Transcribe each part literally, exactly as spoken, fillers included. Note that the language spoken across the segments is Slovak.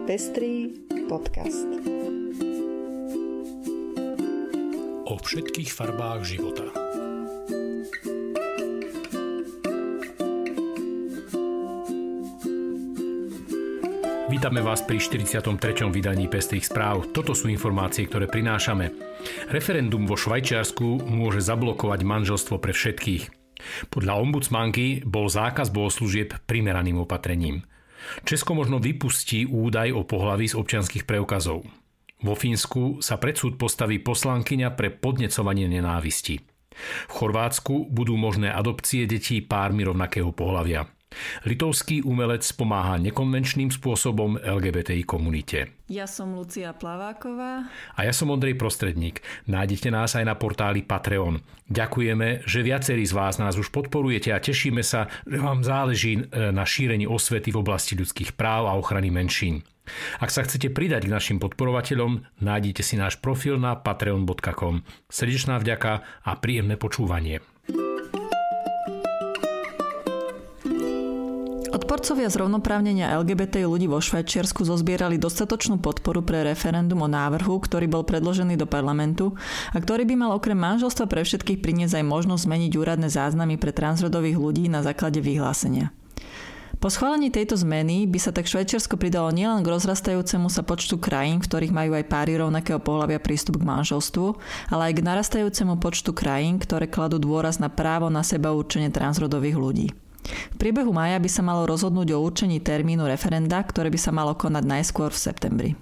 Pestrý podcast. O všetkých farbách života. Vítame vás pri štyridsiatom treťom vydaní Pestrých správ. Toto sú informácie, ktoré prinášame. Referendum vo Švajčiarsku môže zablokovať manželstvo pre všetkých. Podľa ombudsmanky bol zákaz bohoslúžieb primeraným opatrením. Česko možno vypustí údaj o pohlaví z občianskych preukazov. Vo Fínsku sa pred súd postaví poslankyňa pre podnecovanie nenávisti. V Chorvátsku budú možné adopcie detí pármi rovnakého pohlavia. Litovský umelec pomáha nekonvenčným spôsobom el gé bé té í komunite. Ja som Lucia Plaváková. A ja som Ondrej Prostredník. Nájdete nás aj na portáli Patreon. Ďakujeme, že viacerí z vás nás už podporujete a tešíme sa, že vám záleží na šírení osvety v oblasti ľudských práv a ochrany menšín. Ak sa chcete pridať k našim podporovateľom, nájdete si náš profil na patreon bodka com. Srdečná vďaka a príjemné počúvanie. Odporcovia zrovnoprávnenia el gé bé té ľudí vo Švajčiarsku zozbierali dostatočnú podporu pre referendum o návrhu, ktorý bol predložený do parlamentu a ktorý by mal okrem manželstva pre všetkých priniesť aj možnosť zmeniť úradné záznamy pre transrodových ľudí na základe vyhlásenia. Po schválení tejto zmeny by sa tak Švajčiarsko pridalo nielen k rozrastajúcemu sa počtu krajín, v ktorých majú aj páry rovnakého pohlavia prístup k manželstvu, ale aj k narastajúcemu počtu krajín, ktoré kladú dôraz na právo na seba určenie transrodových ľudí. V priebehu mája by sa malo rozhodnúť o určení termínu referenda, ktoré by sa malo konať najskôr v septembri.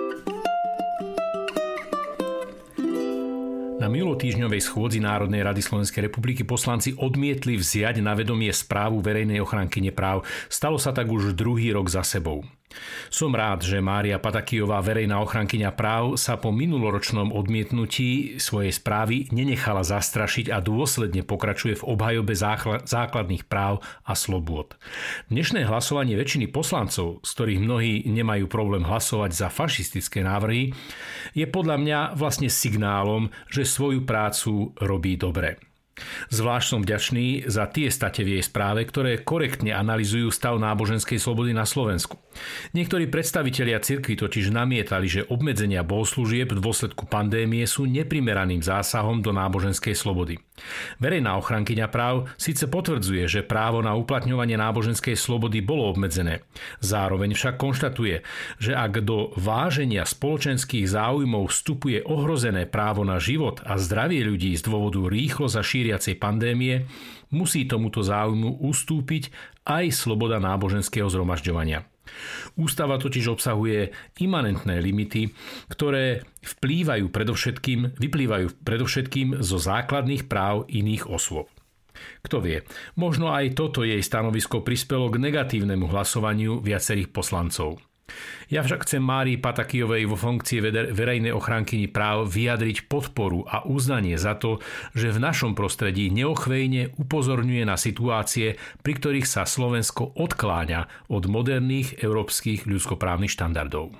Na minulotýždňovej schôdzi Národnej rady Slovenskej republiky poslanci odmietli vziať na vedomie správu verejnej ochrankyne práv. Stalo sa tak už druhý rok za sebou. Som rád, že Mária Patakijová, verejná ochrankyňa práv, sa po minuloročnom odmietnutí svojej správy nenechala zastrašiť a dôsledne pokračuje v obhajobe základných práv a slobôd. Dnešné hlasovanie väčšiny poslancov, z ktorých mnohí nemajú problém hlasovať za fašistické návrhy, je podľa mňa vlastne signálom, že svoju prácu robí dobre. Zvlášť som vďačný za tie state v jej správe, ktoré korektne analyzujú stav náboženskej slobody na Slovensku. Niektorí predstavitelia cirkvi totiž namietali, že obmedzenia bohoslúžieb v dôsledku pandémie sú neprimeraným zásahom do náboženskej slobody. Verejná ochrankyňa práv síce potvrdzuje, že právo na uplatňovanie náboženskej slobody bolo obmedzené. Zároveň však konštatuje, že ak do váženia spoločenských záujmov vstupuje ohrozené právo na život a zdravie ľudí z dôvodu rýchlo sa šíriacej pandémie, musí tomuto záujmu ustúpiť aj sloboda náboženského zhromažďovania. Ústava totiž obsahuje imanentné limity, ktoré vplývajú predovšetkým, vyplývajú predovšetkým zo základných práv iných osôb. Kto vie, možno aj toto jej stanovisko prispelo k negatívnemu hlasovaniu viacerých poslancov. Ja však chcem Márii Patakijovej vo funkcii verejnej ochrankyni práv vyjadriť podporu a uznanie za to, že v našom prostredí neochvejne upozorňuje na situácie, pri ktorých sa Slovensko odkláňa od moderných európskych ľudskoprávnych štandardov.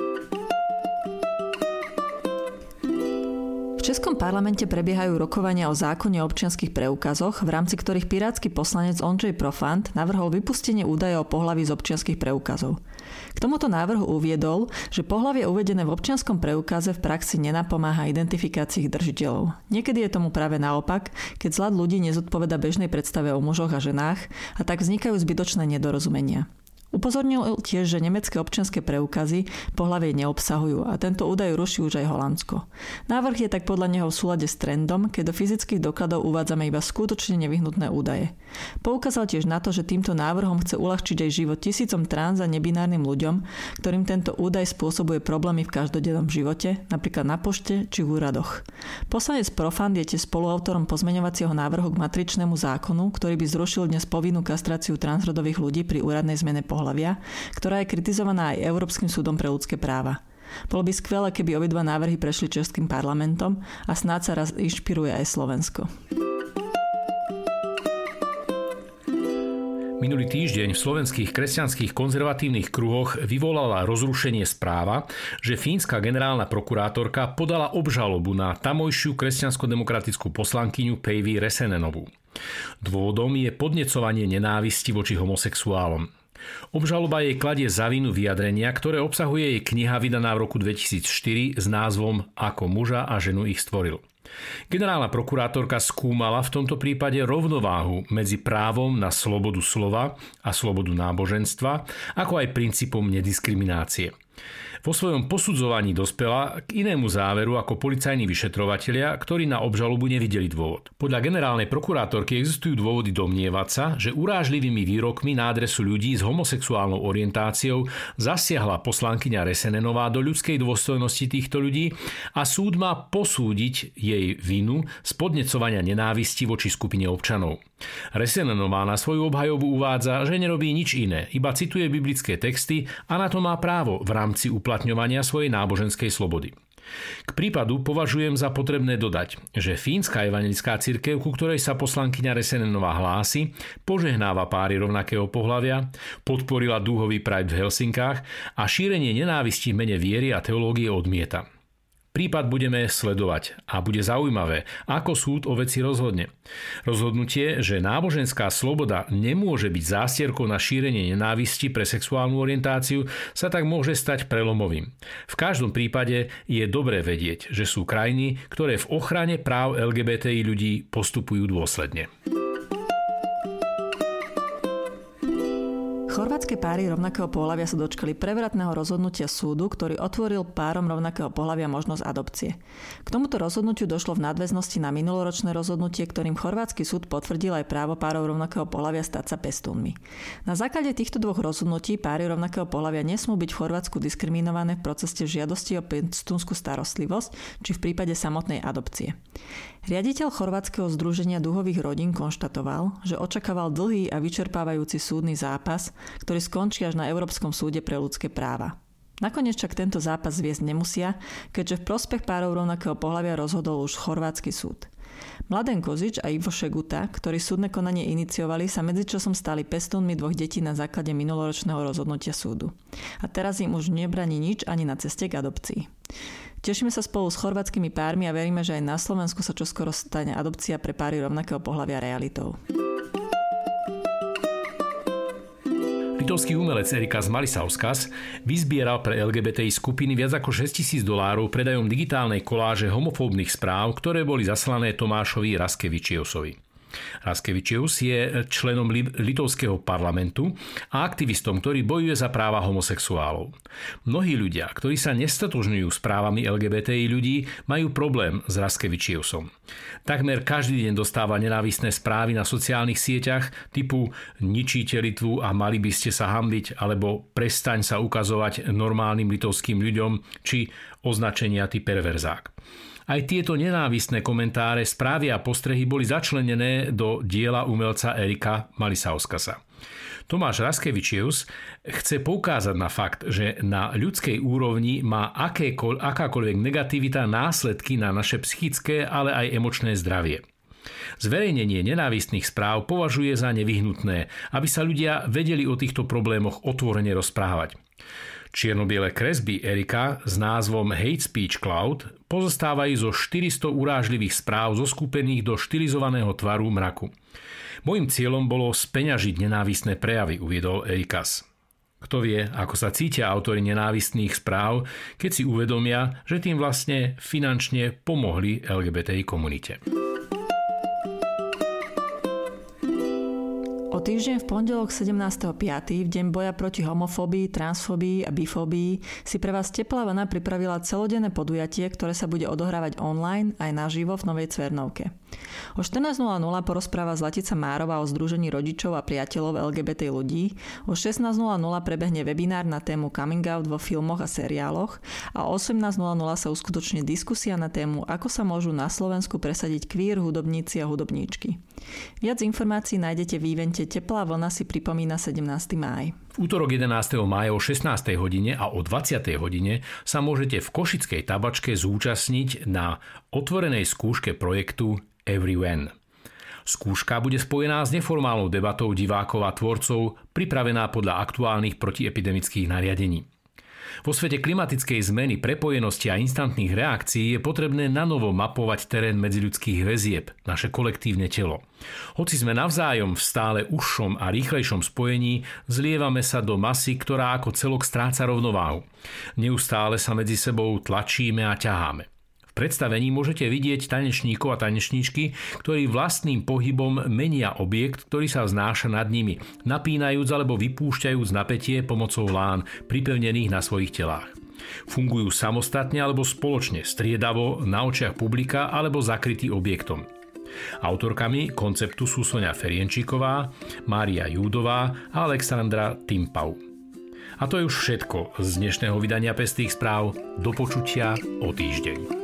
V Českom parlamente prebiehajú rokovania o zákone o občianskych preukazoch, v rámci ktorých pirátsky poslanec Ondřej Profant navrhol vypustenie údajov o pohlaví z občianskych preukazov. K tomuto návrhu uviedol, že pohlavie uvedené v občianskom preukaze v praxi nenapomáha identifikácii ich držiteľov. Niekedy je tomu práve naopak, keď zlad ľudí nezodpoveda bežnej predstave o mužoch a ženách a tak vznikajú zbytočné nedorozumenia. Upozornil tiež, že nemecké občianske preukazy pohlavie neobsahujú a tento údaj ruší už aj Holandsko. Návrh je tak podľa neho v súlade s trendom, keď do fyzických dokladov uvádzame iba skutočne nevyhnutné údaje. Poukázal tiež na to, že týmto návrhom chce uľahčiť aj život tisícom trans a nebinárnym ľuďom, ktorým tento údaj spôsobuje problémy v každodennom živote, napríklad na pošte či v úradoch. Poslanec Profant je tiež spoluautorom pozmeňovacieho návrhu k matričnému zákonu, ktorý by zrušil dnes povinnú kastráciu transrodových ľudí pri úradnej zmene pohlavia, ktorá je kritizovaná aj Európskym súdom pre ľudské práva. Bolo by skvelé, keby obidva návrhy prešli českým parlamentom a snáď sa raz inšpiruje aj Slovensko. Minulý týždeň v slovenských kresťanských konzervatívnych kruhoch vyvolala rozrušenie správa, že fínska generálna prokurátorka podala obžalobu na tamojšiu kresťansko-demokratickú poslankyňu Päivi Räsänenovú. Dôvodom je podnecovanie nenávisti voči homosexuálom. Obžaloba jej kladie za vinu vyjadrenia, ktoré obsahuje jej kniha vydaná v roku dvetisícštyri s názvom Ako muža a ženu ich stvoril. Generálna prokurátorka skúmala v tomto prípade rovnováhu medzi právom na slobodu slova a slobodu náboženstva, ako aj princípom nediskriminácie. Vo svojom posudzovaní dospela k inému záveru ako policajní vyšetrovatelia, ktorí na obžalobu nevideli dôvod. Podľa generálnej prokurátorky existujú dôvody domnievať sa, že urážlivými výrokmi na adresu ľudí s homosexuálnou orientáciou zasiahla poslankyňa Resenenová do ľudskej dôstojnosti týchto ľudí a súd má posúdiť jej vinu z podnecovania nenávisti voči skupine občanov. Resenenová na svoju obhajobu uvádza, že nerobí nič iné, iba cituje biblické texty a na to má právo v rámci uplatňovania svojej náboženskej slobody. K prípadu považujem za potrebné dodať, že Fínska evanjelická cirkev, ku ktorej sa poslankyňa Resenenová hlási, požehnáva páry rovnakého pohlavia, podporila dúhový Pride v Helsinkách a šírenie nenávisti v mene viery a teológie odmieta. Prípad budeme sledovať a bude zaujímavé, ako súd o veci rozhodne. Rozhodnutie, že náboženská sloboda nemôže byť zástierkou na šírenie nenávisti pre sexuálnu orientáciu, sa tak môže stať prelomovým. V každom prípade je dobré vedieť, že sú krajiny, ktoré v ochrane práv el gé bé té í ľudí postupujú dôsledne. Chorvátske páry rovnakého pohlavia sa dočkali prevratného rozhodnutia súdu, ktorý otvoril párom rovnakého pohlavia možnosť adopcie. K tomuto rozhodnutiu došlo v nadväznosti na minuloročné rozhodnutie, ktorým chorvátsky súd potvrdil aj právo párov rovnakého pohlavia stať sa pestúnmi. Na základe týchto dvoch rozhodnutí páry rovnakého pohlavia nesmú byť v Chorvátsku diskriminované v procese žiadosti o pestúnsku starostlivosť či v prípade samotnej adopcie. Riaditeľ chorvátskeho združenia dúhových rodín konštatoval, že očakával dlhý a vyčerpávajúci súdny zápas, ktorý skončí až na Európskom súde pre ľudské práva. Nakoniec však tento zápas viesť nemusia, keďže v prospech párov rovnakého pohlavia rozhodol už chorvátsky súd. Mladen Kozič a Ivo Šeguta, ktorí súdne konanie iniciovali, sa medzičasom stali pestúnmi dvoch detí na základe minuloročného rozhodnutia súdu. A teraz im už nebraní nič ani na ceste k adopcii. Tešíme sa spolu s chorvátskymi pármi a veríme, že aj na Slovensku sa čoskoro stane adopcia pre páry rovnakého pohlavia realitou. Litovský umelec Erikas Malisauskas vyzbieral pre el gé bé té í skupiny viac ako šesťtisíc dolárov predajom digitálnej koláže homofóbnych správ, ktoré boli zaslané Tomášovi Raskevičiusovi. Raskevičius je členom litovského parlamentu a aktivistom, ktorý bojuje za práva homosexuálov. Mnohí ľudia, ktorí sa nestotožňujú s právami el gé bé té í ľudí, majú problém s Raskevičiusom. Takmer každý deň dostáva nenávistné správy na sociálnych sieťach typu ničíte Litvu a mali by ste sa hanbiť, alebo prestaň sa ukazovať normálnym litovským ľuďom, či označenia ty perverzák. Aj tieto nenávistné komentáre, správy a postrehy boli začlenené do diela umelca Erika Malisauskasa. Tomáš Raskevičius chce poukázať na fakt, že na ľudskej úrovni má akékoľ, akákoľvek negativita následky na naše psychické, ale aj emočné zdravie. Zverejnenie nenávistných správ považuje za nevyhnutné, aby sa ľudia vedeli o týchto problémoch otvorene rozprávať. Čierno-biele kresby Erika s názvom Hate Speech Cloud pozostávajú zo štyristo urážlivých správ zoskupených do štilizovaného tvaru mraku. Mojím cieľom bolo speňažiť nenávistné prejavy, uviedol Erikas. Kto vie, ako sa cítia autori nenávistných správ, keď si uvedomia, že tým vlastne finančne pomohli el gé bé té í komunite. O týždeň v pondelok sedemnásteho piateho v deň boja proti homofóbii, transfóbii a bifóbii si pre vás Teplá vlna pripravila celodenné podujatie, ktoré sa bude odohrávať online aj naživo v Novej Cvernovke. O štrnásť nula nula porozpráva Zlatica Márová o združení rodičov a priateľov el gé bé té ľudí, o šestnásť nula nula prebehne webinár na tému coming out vo filmoch a seriáloch a o osemnásť nula nula sa uskutoční diskusia na tému, ako sa môžu na Slovensku presadiť queer hudobníci a hudobníčky. Viac informácií nájdete v evente Teplá vlna si pripomína sedemnásteho mája. V útorok jedenásteho mája o šestnástej hodine a o dvadsiatej hodine sa môžete v Košickej tabačke zúčastniť na otvorenej skúške projektu Everyone. Skúška bude spojená s neformálnou debatou divákov a tvorcov, pripravená podľa aktuálnych protiepidemických nariadení. Vo svete klimatickej zmeny, prepojenosti a instantných reakcií je potrebné nanovo mapovať terén medziľudských väzieb, naše kolektívne telo. Hoci sme navzájom v stále užšom a rýchlejšom spojení, zlievame sa do masy, ktorá ako celok stráca rovnováhu. Neustále sa medzi sebou tlačíme a ťaháme. V predstavení môžete vidieť tanečníkov a tanečníčky, ktorí vlastným pohybom menia objekt, ktorý sa vznáša nad nimi, napínajúc alebo vypúšťajúc napätie pomocou lán pripevnených na svojich telách. Fungujú samostatne alebo spoločne, striedavo, na očiach publika alebo zakrytý objektom. Autorkami konceptu sú Soňa Ferienčíková, Mária Júdová a Alexandra Timpau. A to je už všetko z dnešného vydania Pestých správ. Do počutia o týždeň.